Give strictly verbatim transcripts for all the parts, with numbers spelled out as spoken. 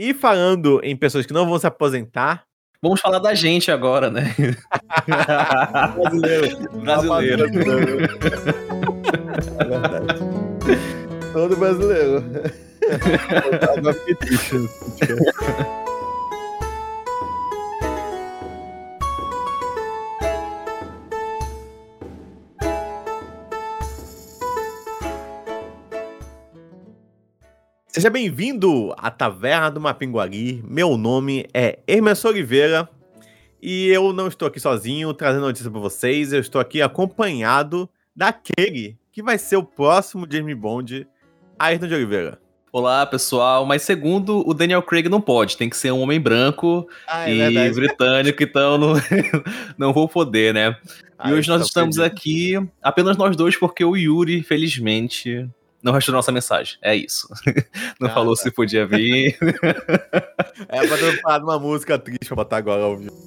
e falando em pessoas que não vão se aposentar... Vamos falar da gente agora, né? Brasileiro. Brasileiro. É verdade. Todo brasileiro. Agora fiquei triste. Seja bem-vindo à Taverna do Mapinguari. Meu nome é Hermes Oliveira e eu não estou aqui sozinho trazendo notícia para vocês. Eu estou aqui acompanhado daquele que vai ser o próximo James Bond, Ayrton de Oliveira. Olá, pessoal. Mas segundo o Daniel Craig não pode, tem que ser um homem branco ah, é e verdade. britânico, então não, não vou poder, né? Ah, e hoje nós estamos perdido. aqui, apenas nós dois, porque o Yuri, infelizmente... não restou nossa mensagem, é isso. Não ah, falou tá. se podia vir. É pra ter falado uma música triste pra botar agora ao vivo.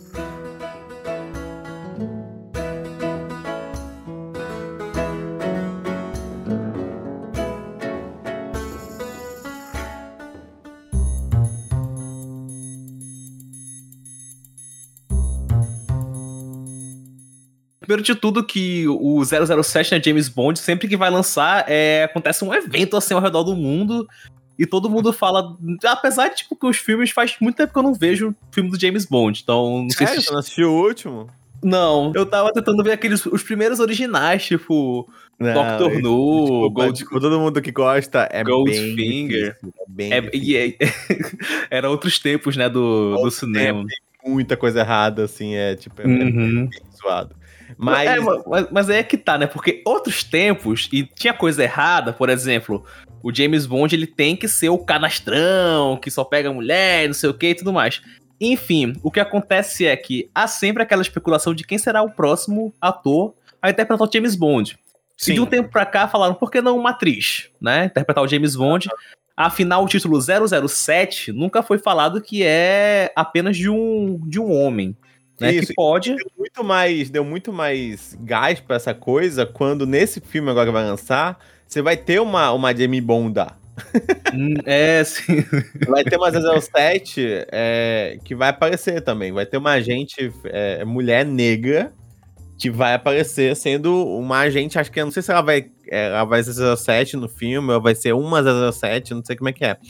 Primeiro de tudo que o zero zero sete, né, James Bond, sempre que vai lançar, é, acontece um evento assim ao redor do mundo e todo mundo fala, apesar de tipo, que os filmes faz muito tempo que eu não vejo filme do James Bond, então não sei é, se... Você não assistiu o último? Não, eu tava tentando ver aqueles, os primeiros originais, tipo não, doutor No, desculpa, Gold... Desculpa, todo mundo que gosta é Goldfinger. Bem é bem é, é, era outros tempos, né, do, do cinema. Tem muita coisa errada, assim, é tipo, é, uhum. é bem zoado. Mas... É, mas, mas aí é que tá, né? Porque outros tempos, e tinha coisa errada, por exemplo, o James Bond, ele tem que ser o canastrão, que só pega mulher, não sei o que e tudo mais. Enfim, o que acontece é que há sempre aquela especulação de quem será o próximo ator a interpretar o James Bond. Sim. E de um tempo pra cá falaram, por que não uma atriz, né? Interpretar o James Bond. Afinal, o título zero zero sete nunca foi falado que é apenas de um, de um homem. Né, Isso, que pode... deu muito mais, deu muito mais gás pra essa coisa quando nesse filme agora que vai lançar, você vai ter uma, uma Jamie Bonda. hum, é, sim. Vai ter uma zero zero sete é, que vai aparecer também. Vai ter uma agente é, mulher negra que vai aparecer sendo uma agente, acho que eu não sei se ela vai, ela vai ser zero zero sete no filme ou vai ser uma zero zero sete, não sei como é que é.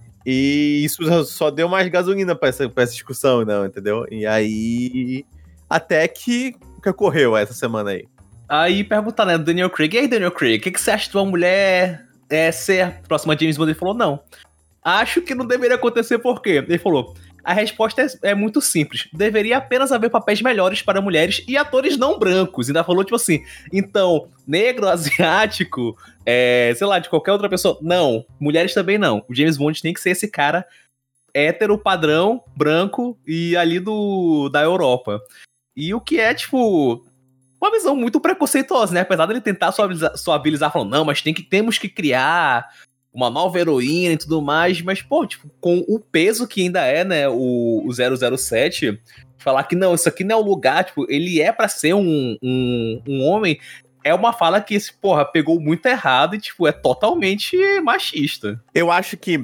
E isso só deu mais gasolina pra essa, pra essa discussão, não, entendeu? E aí, até que, que ocorreu essa semana aí. Aí perguntar, né, do Daniel Craig, e aí, Daniel Craig, o que, que você acha de uma mulher é, ser a próxima James Bond? Ele falou, não, acho que não deveria acontecer, por quê? Ele falou, a resposta é, é muito simples, deveria apenas haver papéis melhores para mulheres e atores não brancos. Ainda falou, tipo assim, então, negro, asiático, é, sei lá, de qualquer outra pessoa, não, mulheres também não. O James Bond tem que ser esse cara hétero, padrão, branco e ali do, da Europa. E o que é, tipo, uma visão muito preconceituosa, né? Apesar dele tentar suavizar, suavizar falando, não, mas tem que, temos que criar uma nova heroína e tudo mais, mas, pô, tipo, com o peso que ainda é, né, o, o zero zero sete, falar que não, isso aqui não é o lugar, tipo, ele é pra ser um, um, um homem, é uma fala que, esse, porra, pegou muito errado e, tipo, é totalmente machista. Eu acho que,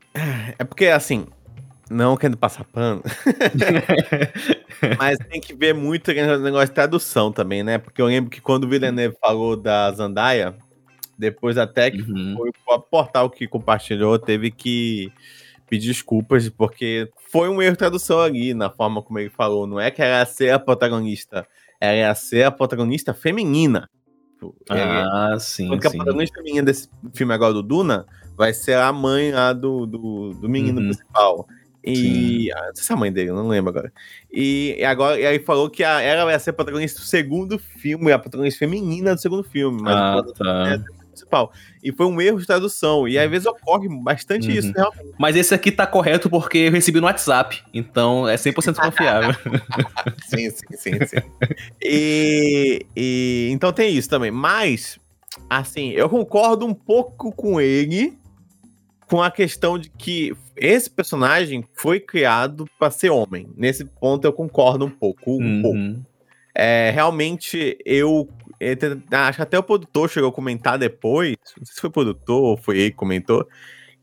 é porque, assim, não querendo passar pano, mas tem que ver muito o negócio de tradução também, né, porque eu lembro que quando o Villeneuve falou da Zendaya, depois até que uhum. foi o próprio portal que compartilhou, teve que pedir desculpas, porque foi um erro de tradução ali, na forma como ele falou. Não é que ela ia ser a protagonista, ela ia ser a protagonista feminina. Ah, ele, sim, porque sim. a protagonista feminina desse filme agora do Duna vai ser a mãe lá do, do, do menino uhum. principal. E ah, não sei se é a mãe dele, não lembro agora. E, e agora e aí falou que a, ela vai ser a protagonista do segundo filme, a protagonista feminina do segundo filme, mas ah, o tá. é principal. E foi um erro de tradução. E às vezes ocorre bastante uhum. isso, realmente. Mas esse aqui tá correto porque eu recebi no WhatsApp. Então é cem por cento confiável. sim, sim, sim, sim. E, e então tem isso também. Mas, assim, eu concordo um pouco com ele com a questão de que esse personagem foi criado para ser homem. Nesse ponto eu concordo um pouco. Um uhum. pouco. É, realmente, eu, eu... Acho que até o produtor chegou a comentar depois. Não sei se foi o produtor ou foi ele que comentou.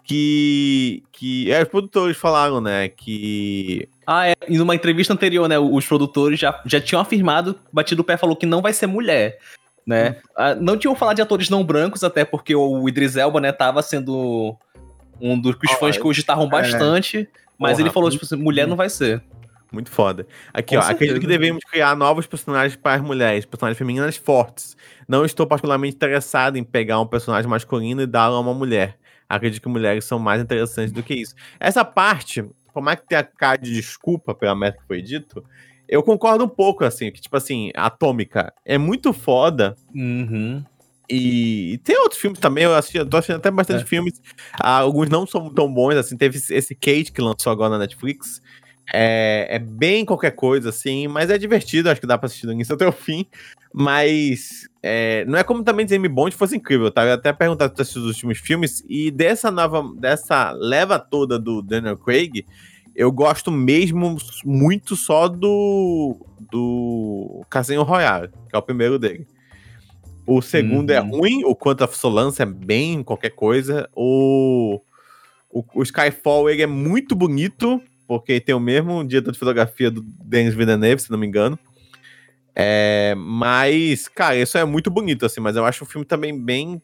que, que é, os produtores falaram, né, que... Ah, é, e numa entrevista anterior, né, os produtores já, já tinham afirmado, batido o pé, falou que não vai ser mulher, né, hum. ah, não tinham falado de atores não brancos, até porque o Idris Elba, né, tava sendo um dos que os oh, fãs cogitavam é, bastante, mas porra, ele falou, tipo assim, mulher não vai ser. Muito foda. Aqui, Com ó, certeza. Acredito que devemos criar novos personagens para as mulheres, personagens femininas fortes. Não estou particularmente interessado em pegar um personagem masculino e dar a uma mulher. Acredito que mulheres são mais interessantes do que isso. Essa parte, por mais que tenha cara de desculpa pela meta que foi dito, eu concordo um pouco, assim, que, tipo assim, Atômica é muito foda. Uhum. E, e tem outros filmes também, eu assisti, tô assistindo até bastante é. filmes. Ah, alguns não são tão bons, assim, teve esse Kate que lançou agora na Netflix. É, é bem qualquer coisa, assim, mas é divertido, acho que dá pra assistir do início até o fim. Mas é, não é como também James Bond fosse incrível, tá? Eu até perguntar se tu assistiu os últimos filmes, e dessa nova, dessa leva toda do Daniel Craig, eu gosto mesmo muito só do, do Casino Royale, que é o primeiro dele. O segundo uhum. é ruim, o Quantum of Solace é bem qualquer coisa. O, o, o Skyfall ele é muito bonito, porque tem o mesmo diretor de fotografia do Denis Villeneuve, se não me engano. É, mas, cara, isso é muito bonito, assim, mas eu acho o filme também bem...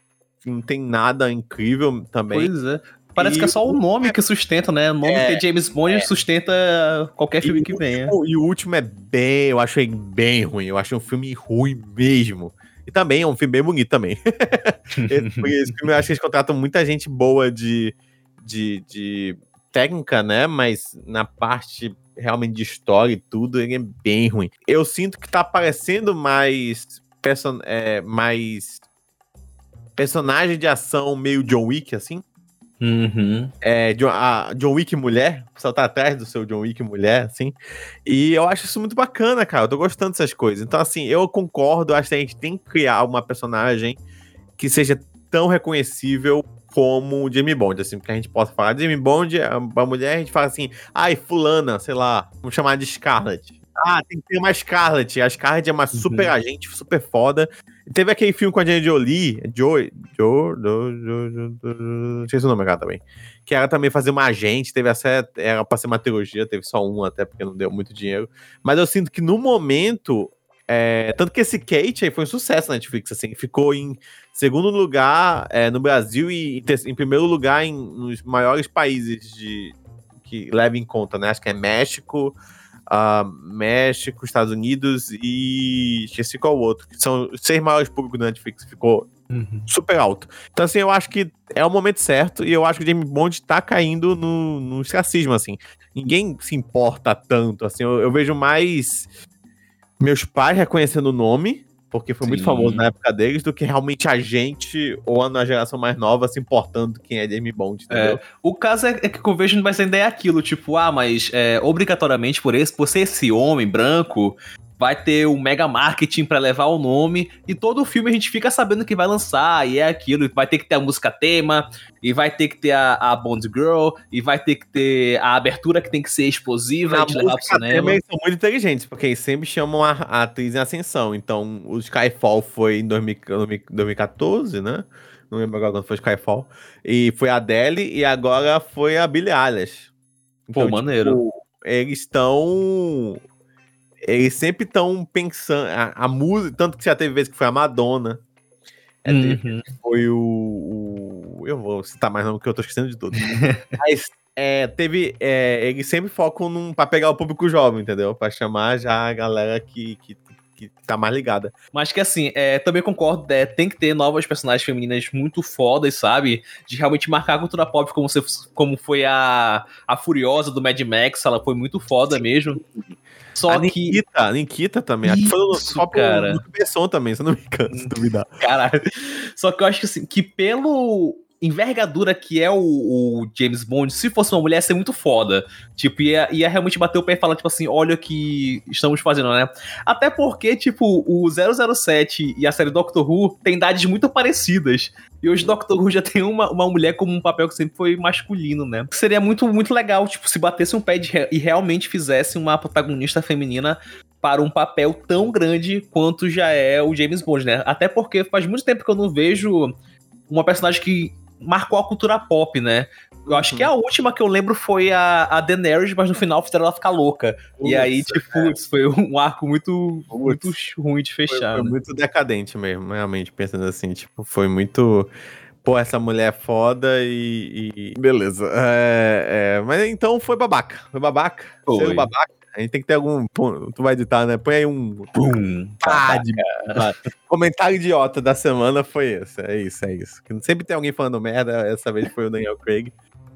Não tem nada incrível também. Pois é. Parece e que é só o nome é... que sustenta, né? O nome é, que é James Bond é... sustenta qualquer filme que venha. E o último é bem... Eu achei bem ruim. Eu achei um filme ruim mesmo. E também é um filme bem bonito também. esse, esse filme, eu acho que eles contratam muita gente boa de... de, de técnica, né, mas na parte realmente de história e tudo, ele é bem ruim. Eu sinto que tá aparecendo mais, person é, mais personagem de ação meio John Wick, assim. Uhum. É, John, a John Wick mulher, o pessoal tá atrás do seu John Wick mulher, assim. E eu acho isso muito bacana, cara, eu tô gostando dessas coisas. Então, assim, eu concordo, acho que a gente tem que criar uma personagem que seja tão reconhecível como o James Bond, assim, porque a gente possa falar de James Bond, a, a mulher, a gente fala assim, ai, fulana, sei lá, vamos chamar de Scarlett. Ah, tem que ter uma Scarlett, a Scarlett é uma super uhum. agente, super foda. Teve aquele filme com a Angelina Jolie, Joe, Joe, Joe, Joe, Joe, não sei se o nome é também, que ela também fazia uma agente, teve essa, era pra ser uma trilogia, teve só uma até, porque não deu muito dinheiro, mas eu sinto que no momento... É, tanto que esse Kate aí foi um sucesso na Netflix, assim, ficou em segundo lugar é, no Brasil e em, ter, em primeiro lugar em, nos maiores países de, que leva em conta, né? Acho que é México, uh, México, Estados Unidos e esqueci qual o outro, que são os seis maiores públicos da Netflix, ficou uhum. super alto. Então, assim, eu acho que é o momento certo e eu acho que o James Bond tá caindo no, no racismo, assim. Ninguém se importa tanto, assim, eu, eu vejo mais... meus pais reconhecendo o nome, porque foi Sim. muito famoso na época deles, do que realmente a gente, ou na geração mais nova, se importando quem é James Bond, entendeu? É, o caso é que eu vejo vai ser ainda é aquilo, tipo, ah, mas é, obrigatoriamente por, esse, por ser esse homem branco, vai ter um mega marketing pra levar o nome, e todo o filme a gente fica sabendo que vai lançar, e é aquilo, vai ter que ter a música tema, e vai ter que ter a, a Bond Girl, e vai ter que ter a abertura que tem que ser explosiva e te levar pro cinema. Eles são muito inteligentes, porque eles sempre chamam a, a atriz em ascensão, então o Skyfall foi em dois mil e quatorze, né? Não lembro agora quando foi Skyfall, e foi a Adele, e agora foi a Billie Eilish. Então, Pô, maneiro. Tipo, eles estão... Eles sempre estão pensando... A, a música... Tanto que já teve vezes que foi a Madonna. É, uhum. Foi o, o... Eu vou citar mais nome, porque eu tô esquecendo de tudo. Mas é, teve... É, eles sempre focam num, pra pegar o público jovem, entendeu? Pra chamar já a galera que, que, que tá mais ligada. Mas que assim, é, também concordo, é, tem que ter novas personagens femininas muito fodas, sabe? De realmente marcar a cultura pop, como, se, como foi a, a Furiosa do Mad Max, ela foi muito foda Sim. mesmo. Só a que... Nikita, a Nikita também. Isso, foi no próprio cara. Luke Besson também, se eu não me engano, se duvidar. Caralho. Só que eu acho que assim, que pelo envergadura que é o, o James Bond, se fosse uma mulher, ia ser muito foda. Tipo, ia, ia realmente bater o pé e falar, tipo assim, olha o que estamos fazendo, né? Até porque, tipo, o zero zero sete e a série Doctor Who tem idades muito parecidas. E hoje Doctor Who já tem uma, uma mulher como um papel que sempre foi masculino, né? Seria muito, muito legal, tipo, se batesse um pé de, e realmente fizesse uma protagonista feminina para um papel tão grande quanto já é o James Bond, né? Até porque faz muito tempo que eu não vejo uma personagem que marcou a cultura pop, né? Eu acho uhum. que a última que eu lembro foi a, a Daenerys, mas no final fizeram ela ficar louca. Ufa, e aí, tipo, é. foi um arco muito, muito ruim de fechar. Foi, foi né? muito decadente mesmo, realmente, pensando assim, tipo, foi muito... Pô, essa mulher é foda e... e... Beleza. É, é... Mas então foi babaca. Foi babaca. Foi Ser babaca. A gente tem que ter algum... Tu vai editar, né? Põe aí um... Pum, ah, de... Comentário idiota da semana foi esse. É isso, é isso. Sempre tem alguém falando merda. Essa vez foi o Daniel Craig.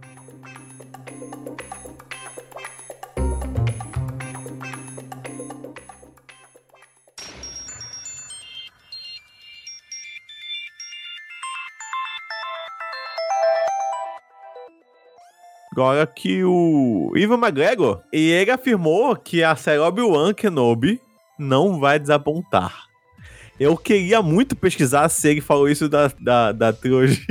Agora que o Ivan McGregor, e ele afirmou que a série Obi-Wan Kenobi não vai desapontar. Eu queria muito pesquisar se ele falou isso da, da, da trilogia.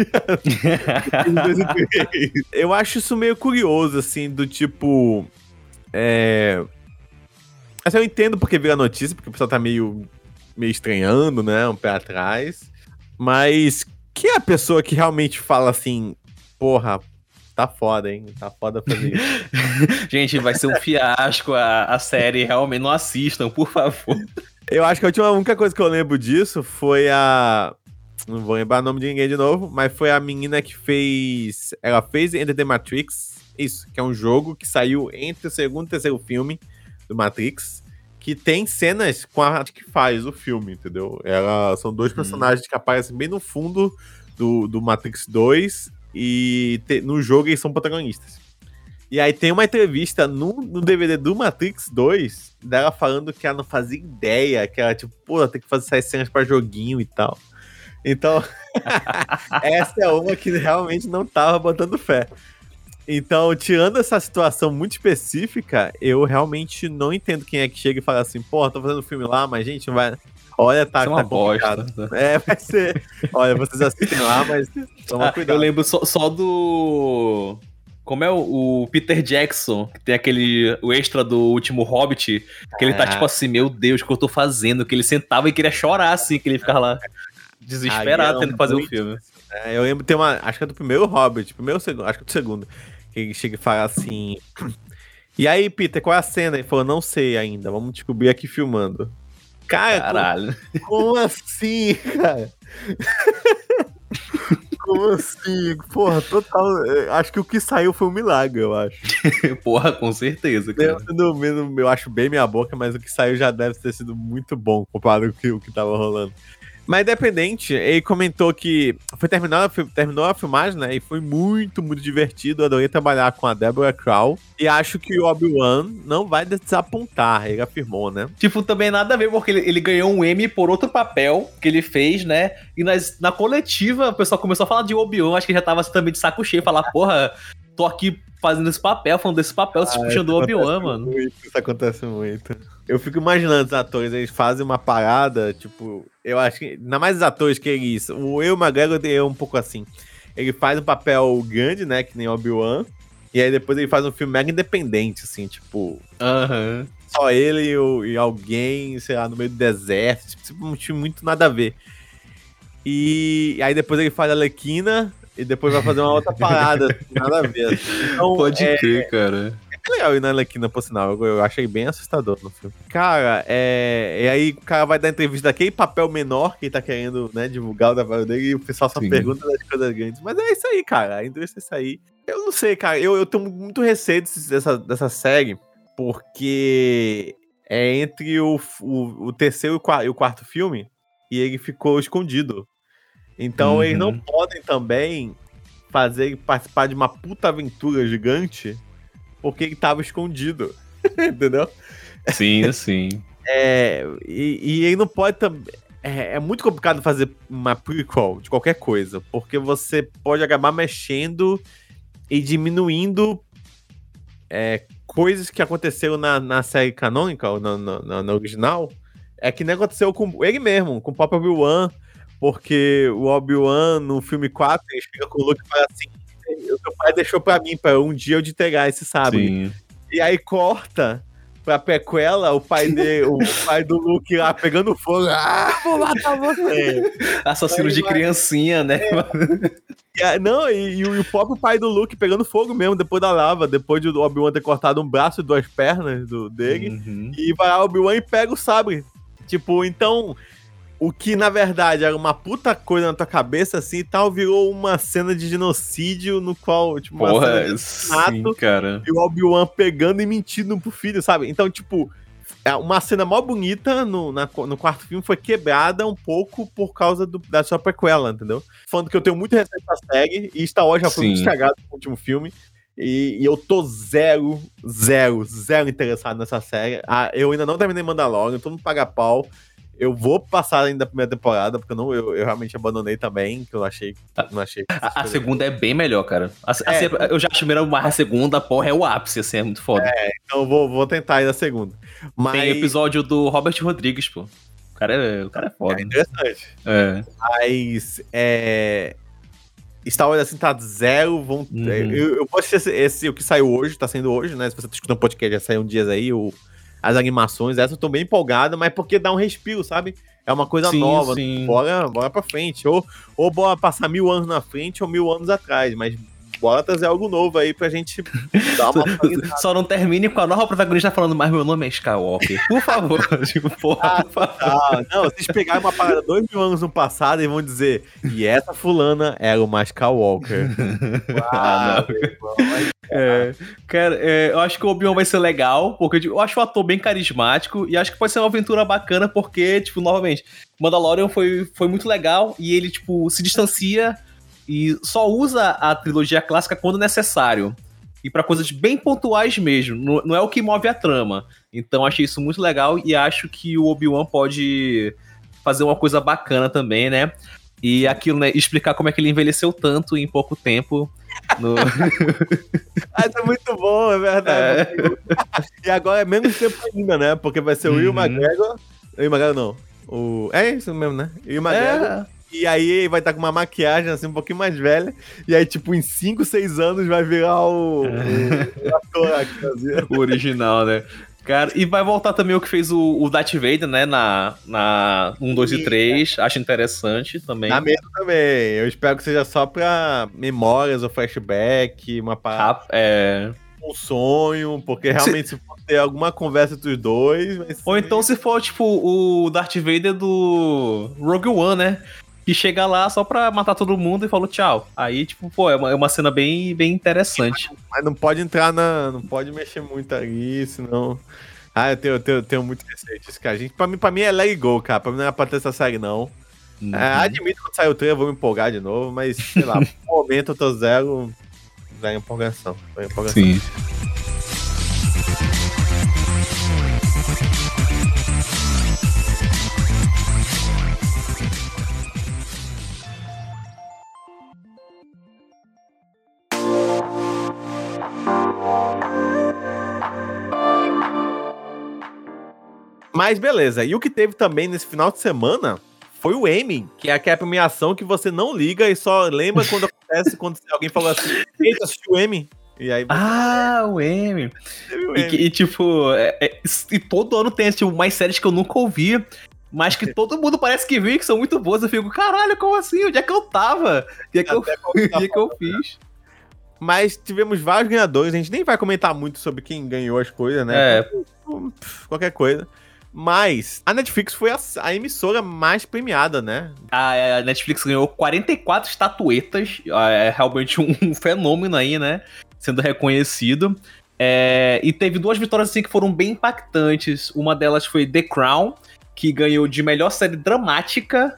Eu acho isso meio curioso, assim, do tipo... É... Assim, eu entendo porque vira notícia, porque o pessoal tá meio, meio estranhando, né, um pé atrás. Mas quem é a pessoa que realmente fala assim, porra... Tá foda, hein? Tá foda fazer isso. Gente, vai ser um fiasco a, a série. Realmente, não assistam, por favor. Eu acho que a última, a única coisa que eu lembro disso foi a... Não vou lembrar o nome de ninguém de novo, mas foi a menina que fez... Ela fez Enter the Matrix. Isso, que é um jogo que saiu entre o segundo e o terceiro filme do Matrix, que tem cenas com a que faz o filme, entendeu? Ela, são dois hum. personagens que aparecem bem no fundo do, do Matrix dois... E te, no jogo eles são protagonistas. E aí tem uma entrevista no, no D V D do Matrix dois dela falando que ela não fazia ideia, que ela, tipo, pô, ela tem que fazer essas cenas pra joguinho e tal. Então, essa é uma que realmente não tava botando fé. Então, tirando essa situação muito específica, eu realmente não entendo quem é que chega e fala assim, pô, tô fazendo filme lá, mas gente, não vai... Olha, tá, uma tá complicado. Bosta. É, vai ser... Olha, vocês assistem lá, mas toma ah, cuidado. Eu lembro só, só do... Como é o, o Peter Jackson, que tem aquele... O extra do último Hobbit, que ele tá ah. tipo assim, meu Deus, o que eu tô fazendo? Que ele sentava e queria chorar, assim, que ele ficava lá desesperado tendo que fazer o filme. É, eu lembro de ter uma... Acho que é do primeiro Hobbit, primeiro segundo, acho que é do segundo, que ele chega e fala assim... E aí, Peter, qual é a cena? Ele falou, não sei ainda, vamos descobrir aqui filmando. Cara, caralho. Como, como assim, cara? Como assim? Porra, total. Acho que o que saiu foi um milagre, eu acho. Porra, com certeza, cara. Eu, eu, eu acho bem minha boca, mas o que saiu já deve ter sido muito bom comparado com o que, o que tava rolando. Mas independente, ele comentou que foi terminado, foi, terminou a filmagem, né? E foi muito, muito divertido. Adorei trabalhar com a Deborah Crow. E acho que o Obi-Wan não vai desapontar, ele afirmou, né? Tipo, também nada a ver, porque ele, ele ganhou um Emmy por outro papel que ele fez, né? E nas, na coletiva, o pessoal começou a falar de Obi-Wan, acho que já tava também de saco cheio, falar, porra, tô aqui fazendo esse papel, falando desse papel, se puxando do Obi-Wan, mano. Muito, isso acontece muito. Eu fico imaginando os atores, eles fazem uma parada, tipo, eu acho que, ainda mais os atores que eles, o Ewan McGregor é um pouco assim, ele faz um papel grande, né, que nem Obi-Wan, e aí depois ele faz um filme mega independente, assim, tipo, uhum. só ele e, o, e alguém, sei lá, no meio do deserto, tipo, um filme muito nada a ver. E aí depois ele faz a Arlequina, e depois vai fazer uma outra parada, nada a ver. Assim. Então, pode é, crer, cara. É legal ir na Arlequina, por sinal. Eu, eu achei bem assustador no filme. Cara, é... E aí o cara vai dar entrevista daquele papel menor que ele tá querendo, né, divulgar o trabalho dele e o pessoal só Sim. pergunta das coisas grandes. Mas é isso aí, cara. A indústria é isso aí. Eu não sei, cara. Eu, eu tenho muito receio dessa, dessa série porque é entre o, o, o terceiro e o quarto filme e ele ficou escondido. Então uhum. eles não podem também fazer ele participar de uma puta aventura gigante porque ele tava escondido. Entendeu? Sim, sim. É, e, e ele não pode também. É, é muito complicado fazer uma prequel de qualquer coisa, porque você pode acabar mexendo e diminuindo é, coisas que aconteceram na, na série canônica, ou na, na, na original. É que nem aconteceu com ele mesmo, com o próprio Obi-Wan. Porque o Obi-Wan, no filme quatro, ele chega com o Luke e fala assim, o meu pai deixou pra mim, pra um dia eu de pegar esse sabre. Sim. E aí corta pra prequela, o pai dele, o pai do Luke lá pegando fogo. Ah, vou matar você! Assassino Aí de vai- criancinha, né? E a- não, e, e o, e o próprio pai do Luke pegando fogo mesmo, depois da lava, depois de o Obi-Wan ter cortado um braço e duas pernas do, dele. Uhum. E vai lá o Obi-Wan e pega o sabre. Tipo, então, o que na verdade era uma puta coisa na tua cabeça, assim, e tal, virou uma cena de genocídio no qual, tipo, uma cena Porra, de sim, assassinato cara. e o Obi-Wan pegando e mentindo pro filho, sabe? Então, tipo, é uma cena mó bonita no, na- no quarto filme foi quebrada um pouco por causa do- da sua prequela, entendeu? Falando que eu tenho muito respeito à série e Star Wars já foi Sim. muito estragado no último filme. E, e eu tô zero, zero, zero interessado nessa série. Ah, eu ainda não terminei Mandalorian, todo mundo paga pau. Eu vou passar ainda a primeira temporada, porque eu, não, eu, eu realmente abandonei também, que eu achei. Não achei A, a segunda é bem melhor, cara. A- assim, É. eu já acho primeiro, mas a segunda, porra, é o ápice, assim, é muito foda. Então eu vou, vou tentar ir na segunda. Mas Tem episódio do Robert Rodrigues, pô. O cara é, o cara é foda. é né? interessante. É. Mas é. Star Wars assim tá zero. Vão, Uhum. eu, eu posso assistir esse, esse, o que saiu hoje, tá saindo hoje, né? Se você tá escutando o podcast, já saiu um dias aí, o, as animações, essa eu tô bem empolgado, mas porque dá um respiro, sabe? É uma coisa Sim, nova. sim. Bora, bora pra frente. Ou, ou bora passar mil anos na frente ou mil anos atrás, mas bora trazer algo novo aí pra gente dar uma atualizada. Só não termine com a nova protagonista falando, mas meu nome é Skywalker. Por favor. tipo, porra, por favor. Ah, não, vocês pegaram uma parada dois mil anos no passado e vão dizer, e essa fulana era o mais Skywalker. Ah, meu irmão, mas- É, cara, é, eu acho que o Obi-Wan vai ser legal, porque tipo, eu acho o ator bem carismático e acho que pode ser uma aventura bacana, porque, tipo, novamente, Mandalorian foi, foi muito legal e ele, tipo, se distancia e só usa a trilogia clássica quando necessário. E pra coisas bem pontuais mesmo, não, não é o que move a trama. Então achei isso muito legal e acho que o Obi-Wan pode fazer uma coisa bacana também, né? E aquilo, né, explicar como é que ele envelheceu tanto em pouco tempo. No... Ah, isso é muito bom, é verdade. E agora é menos tempo ainda, né? Porque vai ser o Will Uhum. McGregor. O Will McGregor não. O... É isso mesmo, né? Will McGregor. É, E aí vai estar com uma maquiagem assim um pouquinho mais velha. E aí, tipo, em cinco, seis anos vai virar o, o, o ator lá que fazia. o original, né? Cara, e vai voltar também o que fez o, o Darth Vader, né? Na, na um, dois e três. Acho interessante também. Na mesa também. Eu espero que seja só pra memórias ou flashback, uma parada, Rap- é... um sonho, porque realmente se for ter alguma conversa entre os dois, vai ser... Ou então se for, tipo, o Darth Vader do Rogue One, né? Que chega lá só pra matar todo mundo e falou tchau. Aí, tipo, pô, é uma, é uma cena bem, bem interessante. Mas não pode entrar na. Não pode mexer muito ali, senão. Ah, eu tenho, eu tenho, eu tenho muito receio disso, cara. Gente, pra, mim, pra mim é let it go, cara. Pra mim não é pra ter essa série, não. Uhum. É, admito que quando sair o trailer eu vou me empolgar de novo, mas, sei lá, no momento eu tô zero. Zero empolgação. Zero empolgação. Sim. Mas beleza, e o que teve também nesse final de semana foi o Emmy, que é aquela premiação que você não liga e só lembra quando acontece, quando alguém falou assim, eita, assistiu o Emmy? E aí você Ah, o Emmy. teve o E, Emmy. que- e, tipo, é- é- e todo ano tem tipo, mais séries que eu nunca ouvi, mas que todo mundo parece que viu e que são muito boas. Eu fico, caralho, como assim? Onde é que eu tava? O que é que, eu, Até o que, é que eu fiz? Mas tivemos vários ganhadores, a gente nem vai comentar muito sobre quem ganhou as coisas, né? É. Pff, Qualquer coisa. Mas a Netflix foi a, a emissora mais premiada, né? A, a Netflix ganhou quarenta e quatro estatuetas, é realmente um, um fenômeno aí, né? Sendo reconhecido. É, e teve duas vitórias assim que foram bem impactantes. Uma delas foi The Crown, que ganhou de melhor série dramática.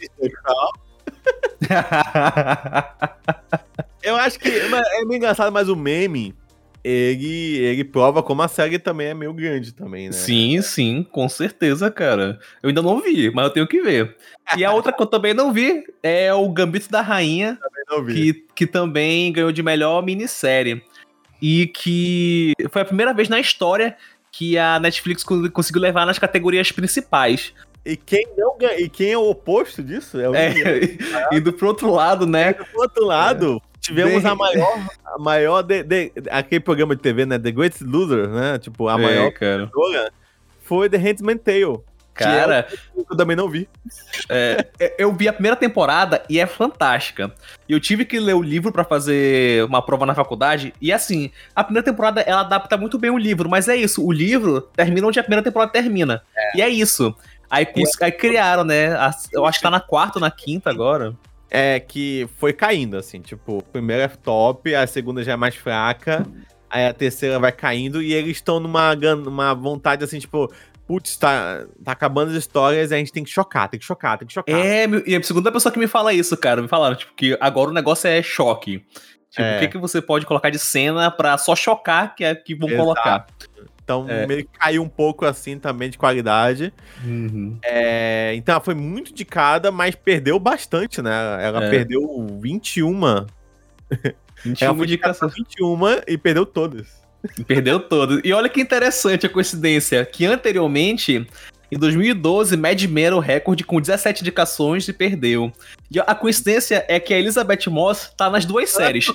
Eu acho que é meio engraçado, mas o meme, ele, ele prova como a série também é meio grande também, né? Sim, sim, com certeza, cara. Eu ainda não vi, mas eu tenho que ver. E a outra que eu também não vi é o Gambito da Rainha, Também não vi. que, que também ganhou de melhor minissérie. E que foi a primeira vez na história que a Netflix co- conseguiu levar nas categorias principais. E quem não ganha, e quem é o oposto disso? É o É, indo pro outro lado, né? Do outro lado, tivemos Bem- a maior, a maior de, de, aquele programa de T V, né? The Greatest Loser, né? Tipo, a É, maior cara. produtora foi The Handmaid's Tale. Cara, que é o que eu também não vi. É, eu vi a primeira temporada e é fantástica. E eu tive que ler o livro pra fazer uma prova na faculdade. E assim, a primeira temporada ela adapta muito bem o livro, mas é isso, o livro termina onde a primeira temporada termina. É. E é isso. Aí, cons- aí criaram, né? a- eu acho que tá na quarta ou na quinta agora. É que foi caindo, assim, tipo, a primeira é top, a segunda já é mais fraca, aí a terceira vai caindo, e eles estão numa, gan- numa vontade, assim, tipo, putz, tá, tá acabando as histórias, a gente tem que chocar, tem que chocar, tem que chocar. É, meu- e a segunda pessoa que me fala isso, cara. Me falaram, tipo, que agora o negócio é choque. Tipo, É. o que, que você pode colocar de cena pra só chocar que é que vão Exato. colocar. Então, É. meio que caiu um pouco, assim, também, de qualidade. Uhum. É, então, ela foi muito indicada, mas perdeu bastante, né? Ela É. perdeu vinte e um. vinte e Ela uma foi indicada indicações. pra vinte e um e perdeu todas. Perdeu todo. E olha que interessante a coincidência, que anteriormente, em dois mil e doze, Mad Men era o recorde com dezessete indicações e perdeu. E a coincidência é que a Elizabeth Moss tá nas duas séries.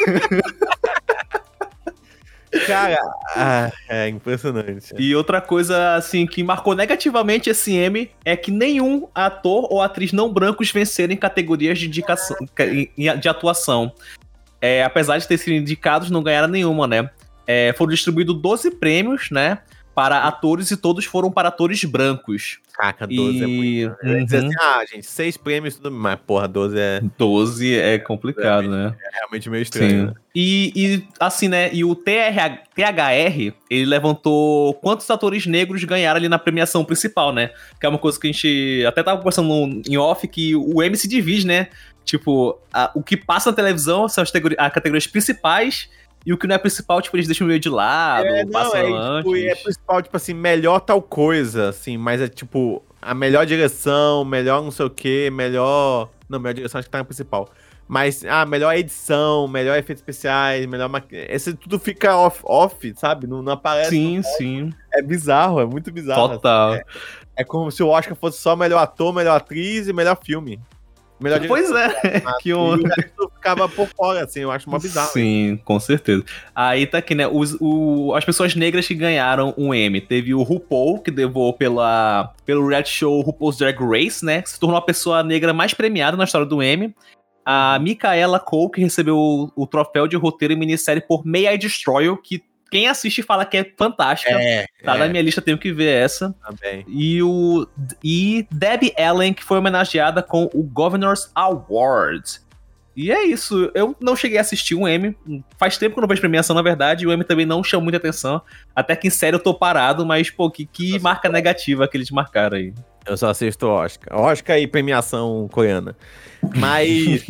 Cara, ah, é impressionante. E outra coisa, assim, que marcou negativamente esse Emmy é que nenhum ator ou atriz não brancos venceram em categorias de indicação, de atuação. É, apesar de ter sido indicados, não ganharam nenhuma, né? É, foram distribuídos doze prêmios, né? Para atores e todos foram para atores brancos. Caraca, doze e... é muito. Eu ia dizer assim, ah, gente, seis prêmios, tudo bem, mas porra, doze é. doze é complicado, é, né? É realmente meio estranho. Né? E, e, assim, né? E o T R, T H R, ele levantou quantos atores negros ganharam ali na premiação principal, né? Que é uma coisa que a gente até tava conversando no, em off, que o Emmy se divide, né? Tipo, a, o que passa na televisão são as categorias, categorias principais. E o que não é principal, tipo, eles deixam meio de lado, É, não, passam é, antes. tipo, é principal, tipo assim, melhor tal coisa, assim, mas é tipo, a melhor direção, melhor não sei o que, melhor. Não, melhor direção acho que tá na principal. Mas, ah, melhor edição, melhor efeitos especiais, melhor maquiagem. Esse tudo fica off, off sabe? Não, não aparece. Sim, não sim. É bizarro, é muito bizarro. Total. Assim. É, é como se o Oscar fosse só melhor ator, melhor atriz e melhor filme. Melhor Pois é, que onda. E o resto ficava por fora, assim, eu acho uma bizarra. Sim, isso. Com certeza. Aí tá aqui, né, os, o, as pessoas negras que ganharam um Emmy. Teve o RuPaul, que levou pela, pelo reality show RuPaul's Drag Race, né, que se tornou a pessoa negra mais premiada na história do Emmy. A Micaela Cole, que recebeu o, o troféu de roteiro em minissérie por May I Destroy You, que quem assiste fala que é fantástica. É, tá é. na minha lista, tenho que ver essa. Também. E, o, e Debbie Allen, que foi homenageada com o Governor's Award. E é isso. Eu não cheguei a assistir um Emmy. Faz tempo que eu não vejo premiação, na verdade. E o Emmy também não chama muita atenção. Até que em série eu tô parado, mas, pô, que, que marca negativa que eles marcaram aí. Eu só assisto Oscar. Oscar e premiação coreana. Mas...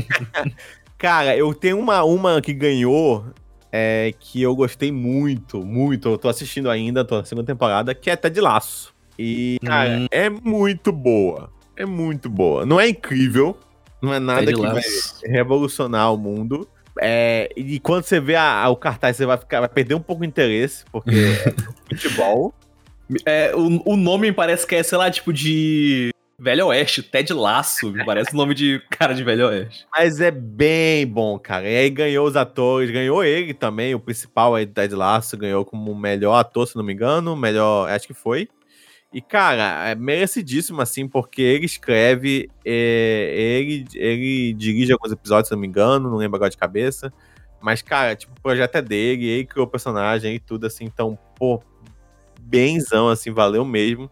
Cara, eu tenho uma, uma que ganhou... É, que eu gostei muito, muito. Eu tô assistindo ainda, tô na segunda temporada, que é Ted Laço. E, cara, hum. é muito boa. É muito boa. Não é incrível, não é nada Ted que Laço. Vai revolucionar o mundo. É, e quando você vê a, a, o cartaz, você vai, ficar, vai perder um pouco o interesse, porque é futebol. É, o, o nome parece que é, sei lá, tipo de... Velho Oeste, Ted Laço, parece o nome de cara de Velho Oeste. Mas é bem bom, cara. E aí ganhou os atores, ganhou ele também, o principal aí do Ted Laço, ganhou como melhor ator, se não me engano, melhor, acho que foi. E, cara, é merecidíssimo, assim, porque ele escreve, é, ele, ele dirige alguns episódios, se não me engano, não lembro agora de cabeça. Mas, cara, tipo, o projeto é dele, ele criou o personagem e tudo, assim, então, pô, benzão, assim, valeu mesmo.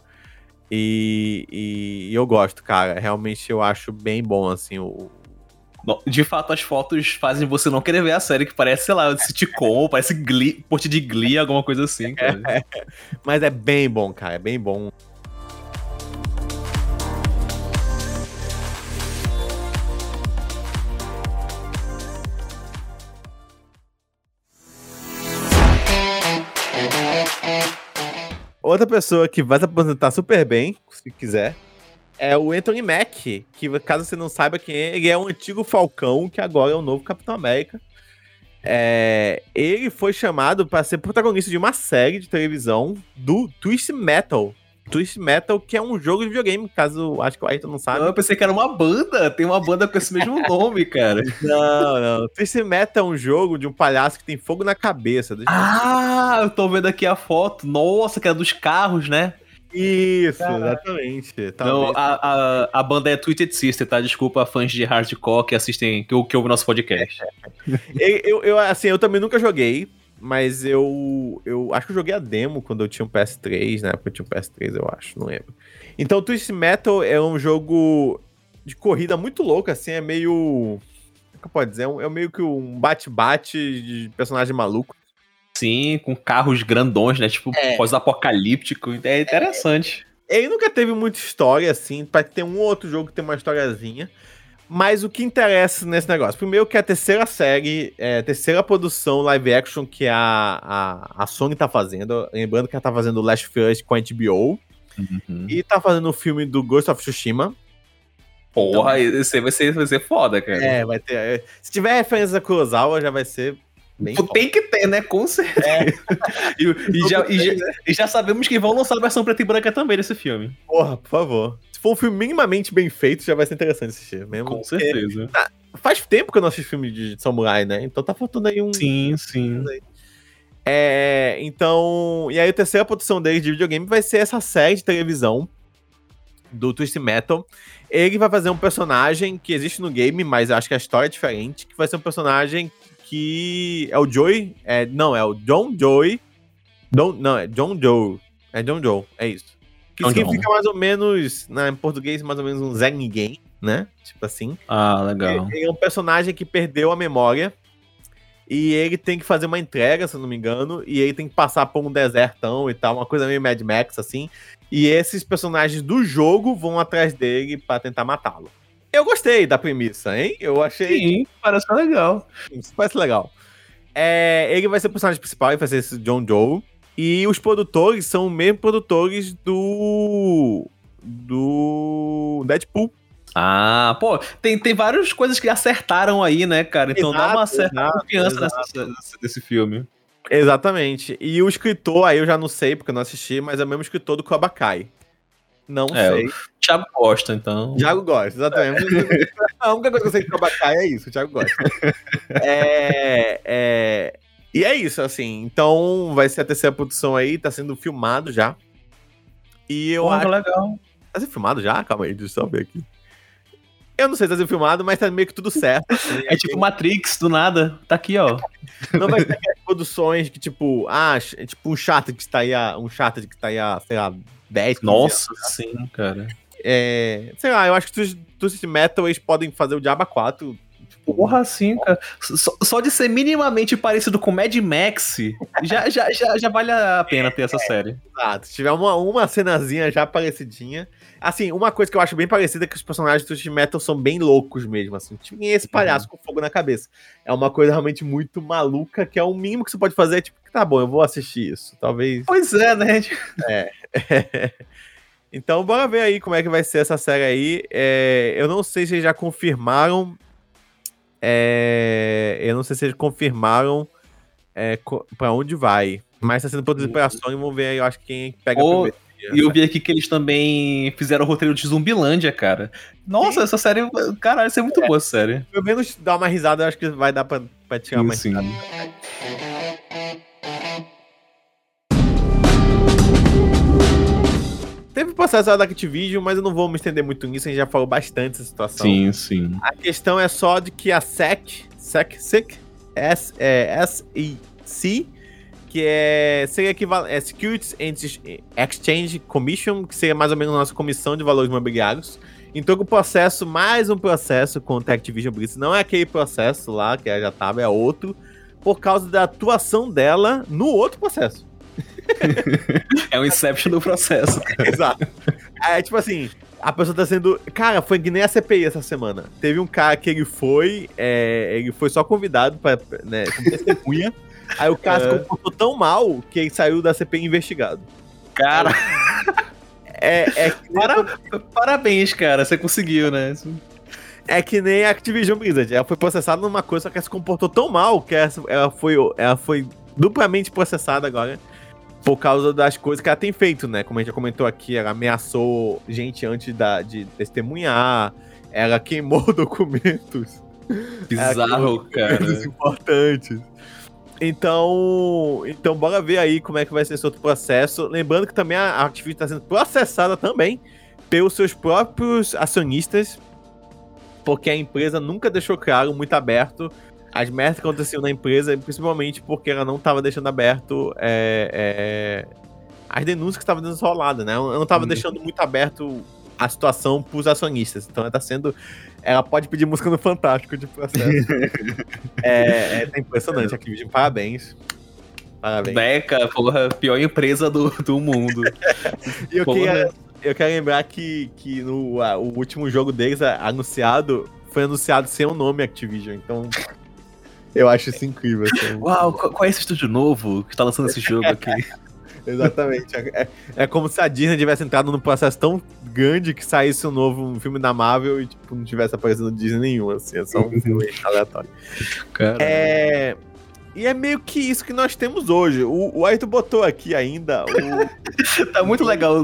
E, e, e eu gosto, cara. Realmente eu acho bem bom, assim, o... De fato, as fotos fazem você não querer ver a série, que parece, sei lá, sitcom, parece Glee, porte de Glee, alguma coisa assim, cara. É, mas é bem bom, cara, é bem bom. Outra pessoa que vai se aposentar super bem, se quiser, é o Anthony Mackie, que caso você não saiba quem é, ele é um antigo Falcão, que agora é o novo Capitão América. É, ele foi chamado para ser protagonista de uma série de televisão do Twisted Metal, Twisted Metal, que é um jogo de videogame, caso acho que o Ayrton não sabe. Não, eu pensei que era uma banda, tem uma banda com esse mesmo nome, cara. Não, não. Twisted Metal é um jogo de um palhaço que tem fogo na cabeça. Deixa Ah, eu tô vendo aqui a foto. Nossa, que é dos carros, né? Isso, Caraca. exatamente. Não, Talvez. a, a, a banda é Twisted Sister, tá? Desculpa, fãs de hardcore que assistem, que, que ouvem nosso podcast. eu, eu, eu, assim, eu também nunca joguei, mas eu, eu acho que eu joguei a demo quando eu tinha um P S três, na época eu tinha um P S três, eu acho, não lembro. Então, Twisted Metal é um jogo de corrida muito louco, assim, é meio... Como é que eu posso dizer? É, um, é meio que um bate-bate de personagem maluco. Sim, com carros grandões, né? Tipo, É. pós-apocalíptico. É interessante. Ele nunca teve muita história, assim, pra ter um outro jogo que tem uma historiazinha. Mas o que interessa nesse negócio? Primeiro que é a terceira série, é, a terceira produção live action que a, a, a Sony tá fazendo. Lembrando que ela tá fazendo Last of Us com a H B O. Uhum. E tá fazendo o filme do Ghost of Tsushima. Porra, esse vai ser, vai ser foda, cara. É, vai ter... é, se tiver referência a Kurosawa, já vai ser bem Tu foda. tem que ter, né? Com certeza. É. E, e já, e, já, e já sabemos que vão lançar a versão preta e branca também desse filme. Porra, por favor. Se for um filme minimamente bem feito, já vai ser interessante assistir. Mesmo Com porque certeza. faz tempo que eu não assisto filme de samurai, né? Então tá faltando aí um... Sim, sim. É, então... E aí a terceira produção dele de videogame vai ser essa série de televisão do Twisted Metal. Ele vai fazer um personagem que existe no game, mas eu acho que a história é diferente, que vai ser um personagem que é o Joey... É, não, é o John Joey... Don, não, é John Joe. É John Joe, é isso. Que John significa mais ou menos, né, em português, mais ou menos um Zé Ninguém, né? Tipo assim. Ah, legal. Ele é um personagem que perdeu a memória e ele tem que fazer uma entrega, se eu não me engano, e ele tem que passar por um desertão e tal, uma coisa meio Mad Max, assim. E esses personagens do jogo vão atrás dele pra tentar matá-lo. Eu gostei da premissa, hein? Eu achei... Sim, parece legal. Isso parece legal. É, ele vai ser o personagem principal, ele vai ser esse John Joe. E os produtores são os mesmos produtores do... do Deadpool. Ah, pô, tem, tem várias coisas que acertaram aí, né, cara? Então Exato, dá uma certa exato, confiança exato. nessa, nessa- nesse filme. Exatamente. E o escritor, aí eu já não sei, porque eu não assisti, mas é o mesmo escritor do Cobra Kai. Não É, sei. o Thiago gosta, então. Thiago gosta, exatamente. A única coisa que eu sei de Cobra Kai é isso, o Thiago gosta. É, é... E é isso, assim. Então vai ser a terceira produção aí, tá sendo filmado já. E eu Porra, acho... legal. Tá sendo filmado já? Calma aí, deixa eu só ver aqui. Eu não sei se tá sendo filmado, mas tá meio que tudo certo. Assim. É tipo Matrix, do nada. Tá aqui, ó. Não vai ter aquelas produções que, tipo, ah, é tipo um chato que tá aí há, um chato que tá aí há, sei lá, dez, quinze Nossa, anos. sim, cara. É, sei lá, eu acho que Twisted Metal eles podem fazer o Diaba quatro. Tipo, Porra, sim, cara. Só, só de ser minimamente parecido com Mad Max, já, já, já, já vale a pena ter essa série. exato. Se tiver uma, uma cenazinha já parecidinha. Assim, uma coisa que eu acho bem parecida é que os personagens do Twisted Metal são bem loucos mesmo, assim. Tinha esse palhaço com fogo na cabeça. É uma coisa realmente muito maluca, que é o mínimo que você pode fazer, tipo, tá bom, eu vou assistir isso. Talvez... Pois é, né? É. Então, bora ver aí como é que vai ser essa série aí. É, eu não sei se eles já confirmaram. É, eu não sei se eles confirmaram é, co- pra onde vai. Mas tá sendo produzido pela Sony. Vamos ver aí, eu acho que quem pega Ô, primeiro. E eu vi aqui que eles também fizeram o roteiro de Zumbilândia, cara. Nossa, Sim. essa série. Caralho, isso é muito boa, essa série. Pelo menos dar uma risada, eu acho que vai dar pra, pra tirar Sim, uma sim. risada. Teve processo da Activision, mas eu não vou me estender muito nisso, a gente já falou bastante dessa situação. Sim, sim. A questão é só de que a SEC, SEC, SEC, S, é, S E C, que é, seria equivalente, é Securities and Exchange Commission, que seria mais ou menos a nossa comissão de valores imobiliários, entrou com o processo, mais um processo contra a Activision Blizzard. Não é aquele processo lá, que já tava, é outro, por causa da atuação dela no outro processo. É um Inception do processo. Exato. É tipo assim, a pessoa tá sendo... Cara, foi que nem a C P I essa semana. Teve um cara que ele foi, é, ele foi só convidado pra, né, como testemunha. Aí o cara É. se comportou tão mal que ele saiu da C P I investigado. Cara, É, é, que nem, para- parabéns, cara. Você conseguiu, né? é que nem a Activision Blizzard. Ela foi processada numa coisa, só que ela se comportou tão mal que ela, ela, foi, ela foi duplamente processada agora. por causa das coisas que ela tem feito, né? Como a gente já comentou aqui, ela ameaçou gente antes da, de testemunhar, ela queimou documentos. Bizarro, cara. Coisas importantes. Então, então, bora ver aí como é que vai ser esse outro processo. Lembrando que também a Activision está sendo processada também pelos seus próprios acionistas, porque a empresa nunca deixou claro, muito aberto, as merdas que aconteciam na empresa, principalmente porque ela não estava deixando aberto é, é, as denúncias que estavam sendo roladas, né? Ela não estava hum. deixando muito aberto a situação para os acionistas. Então ela tá sendo... Ela pode pedir música no Fantástico de processo. é, é tá impressionante. Activision, parabéns. Parabéns. Beca, porra, pior empresa do, do mundo. E eu queria, eu quero lembrar que, que no a, o último jogo deles a, anunciado foi anunciado sem o nome Activision. Então... Eu acho isso incrível. Assim. Uau, qual é esse estúdio novo que tá lançando esse jogo aqui? Exatamente. É, é como se a Disney tivesse entrado num processo tão grande que saísse um novo um filme da Marvel e tipo, não tivesse aparecendo Disney nenhum, assim. É só um filme aleatório. É... E é meio que isso que nós temos hoje. O, o Ayrton botou aqui ainda... O... Tá muito legal.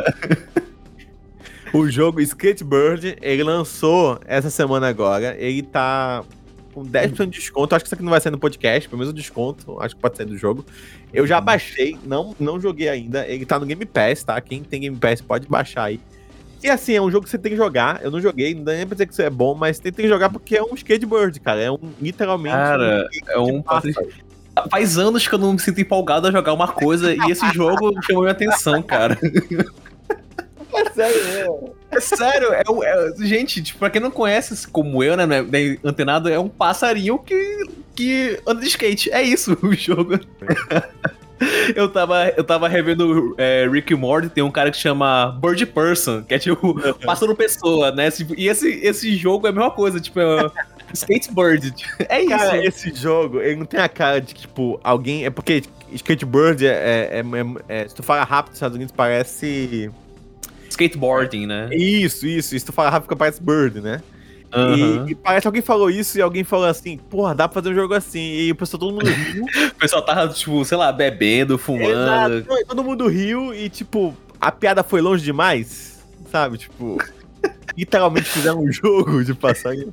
O jogo Skatebird, ele lançou essa semana agora. Ele tá... com dez por cento de desconto, acho que isso aqui não vai sair no podcast, pelo menos o desconto, acho que pode sair do jogo. Eu já baixei, não, não joguei ainda, ele tá no Game Pass, tá? Quem tem Game Pass pode baixar aí. E assim, é um jogo que você tem que jogar, eu não joguei, não dá nem pra dizer que isso é bom, mas tem, tem que jogar porque é um skateboard, cara, é um, literalmente... Cara, um é um... Faz anos que eu não me sinto empolgado a jogar uma coisa, e esse jogo chamou minha atenção, cara. É sério, é sério, é, é, gente, tipo, pra quem não conhece, como eu, né, né, antenado, é um passarinho que, que anda de skate, é isso o jogo. eu, tava, eu tava revendo é, Rick and Morty, tem um cara que chama Bird Person, que é tipo, passando pessoa, né, e esse, esse jogo é a mesma coisa, tipo, é skateboard, é isso. Cara, esse jogo, ele não tem a cara de, tipo, alguém, é porque skateboard, é, é, é, é se tu fala rápido nos Estados Unidos, parece... Skateboarding, né? Isso, isso. Isso tu fala rápido, parece Bird, né? Uhum. E, e parece que alguém falou isso e alguém falou assim, porra, dá pra fazer um jogo assim. E o pessoal, todo mundo riu. O pessoal tava, tipo, sei lá, bebendo, fumando. Exato. Todo mundo riu e, tipo, a piada foi longe demais, sabe? Tipo, literalmente fizeram um jogo de passarinho.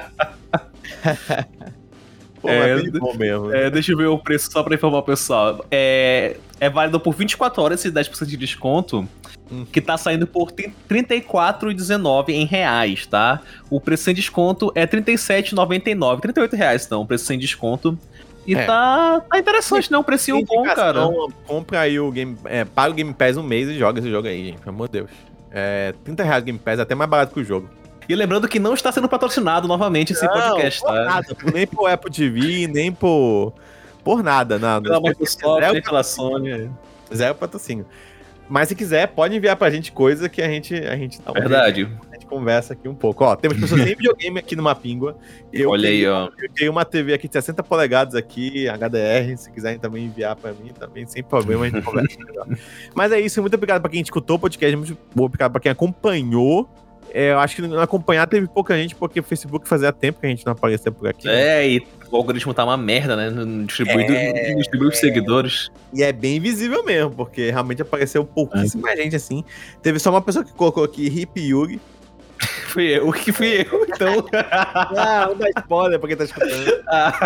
Pô, é, é bem bom mesmo. É, deixa eu ver o preço só pra informar o pessoal. É, é válido por vinte e quatro horas esse dez por cento de desconto, hum. que tá saindo por trinta e quatro reais e dezenove centavos em reais, tá? O preço sem desconto é trinta e sete reais e noventa e nove centavos. trinta e oito reais, então, o preço sem desconto. E é. tá, tá interessante, né? Um precinho bom, cara. Compra aí o Game... É, paga o Game Pass um mês e joga esse jogo aí, gente. Pelo amor de Deus. É, trinta reais o Game Pass é até mais barato que o jogo. E lembrando que não está sendo patrocinado novamente esse não, podcast, por tá? Nada, nem por Apple T V, nem por... Por nada, não. Pela Microsoft, nem pela Sony. Zero patrocínio. Mas se quiser, pode enviar pra gente coisa que a gente, a gente dá uma Verdade. Vez, a gente conversa aqui um pouco. Ó, temos pessoas sem videogame aqui no Mapingua. Eu Olha tenho, aí, ó. Eu tenho uma T V aqui de sessenta polegadas aqui, H D R. Se quiserem também enviar pra mim, também sem problema, a gente conversa. Mas é isso, muito obrigado pra quem escutou o podcast, muito obrigado pra quem acompanhou. É, eu acho que não acompanhar teve pouca gente, porque o Facebook fazia tempo que a gente não aparecia por aqui. É, né? E o algoritmo tá uma merda, né? Distribuindo, é, distribui os seguidores. E é bem visível mesmo, porque realmente apareceu pouquíssima é. gente assim. Teve só uma pessoa que colocou aqui Hip Yugi. Fui eu, o que fui eu, então. Ah, não dá spoiler pra quem tá escutando.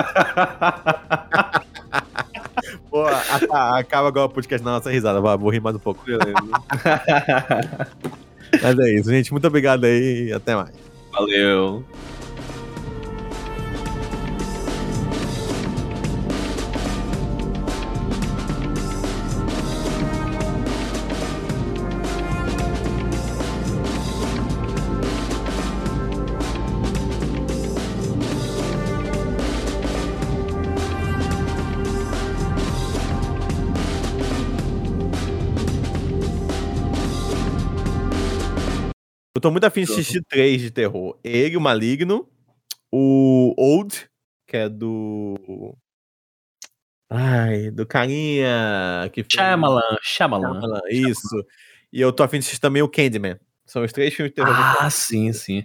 Pô, acaba agora o podcast na nossa risada. Vou rir mais um pouco. Beleza. Mas é isso, gente. Muito obrigado aí e até mais. Valeu. Eu tô muito afim de assistir três de terror. Ele, o Maligno, o Old, que é do... Ai, do carinha... que Shyamalan, Shyamalan. Isso. E eu tô afim de assistir também o Candyman. São os três filmes de terror. Ah, sim, sim.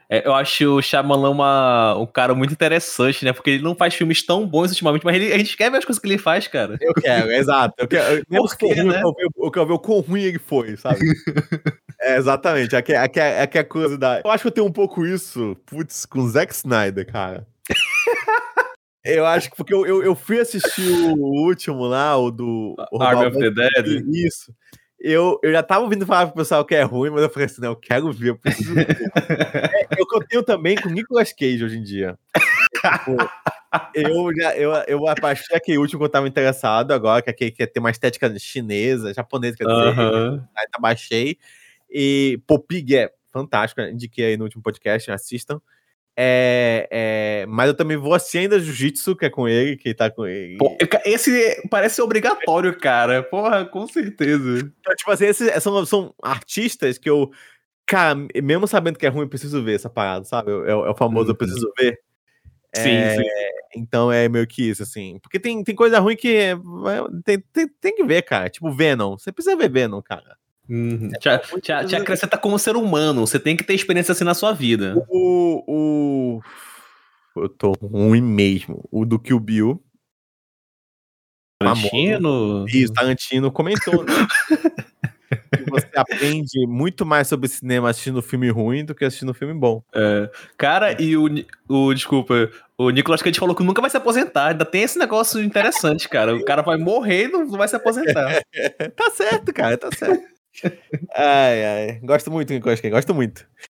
É, eu acho o Shyamalan uma, um cara muito interessante, né? Porque ele não faz filmes tão bons ultimamente, mas ele, a gente quer ver as coisas que ele faz, cara. Eu quero, exato. Eu quero, mesmo se for ruim, né? eu, quero, eu quero ver o quão ruim ele foi, sabe? É, exatamente. Aqui, aqui, aqui é a curiosidade. Eu acho que eu tenho um pouco isso, putz, com o Zack Snyder, cara. Eu acho que porque eu, eu, eu fui assistir o último lá, o do... O Army of the Dead. Isso. Eu, eu já tava ouvindo falar pro pessoal que é ruim, mas eu falei assim, não, eu quero ver, eu preciso ver. É, é o que eu tenho também com o Nicolas Cage hoje em dia. Tipo, eu já eu, eu abaixei aquele último que eu tava interessado agora, que é aquele que ia ter uma estética chinesa, japonesa, quer dizer, Uhum. aí abaixei. E, pô, Pig é fantástico, indiquei aí no último podcast, assistam. É, é, mas eu também vou assistir ainda Jiu-Jitsu, que é com ele, que tá com ele. Pô, esse parece obrigatório, cara. Porra, com certeza. Então, tipo assim, esses são, são artistas que eu, cara, mesmo sabendo que é ruim, eu preciso ver essa parada, sabe? É, é o famoso, uhum. Eu preciso ver. Sim, é, sim. Então é meio que isso, assim. Porque tem, tem coisa ruim que é, tem, tem, tem que ver, cara. Tipo, Venom. Você precisa ver Venom, cara. Uhum. Te, te, te acrescenta como ser humano. Você tem que ter experiência assim na sua vida. O. o... Eu tô ruim mesmo. O do Kill Bill. Tarantino? Isso, Tarantino comentou, né? Que você aprende muito mais sobre cinema assistindo filme ruim do que assistindo filme bom. É. Cara, e o, o. Desculpa, o Nicolas Cage falou que nunca vai se aposentar. Ainda tem esse negócio interessante, cara. O cara vai morrer e não vai se aposentar. Tá certo, cara, tá certo. Ai, ai. Gosto muito do Nicolas Cage, gosto muito.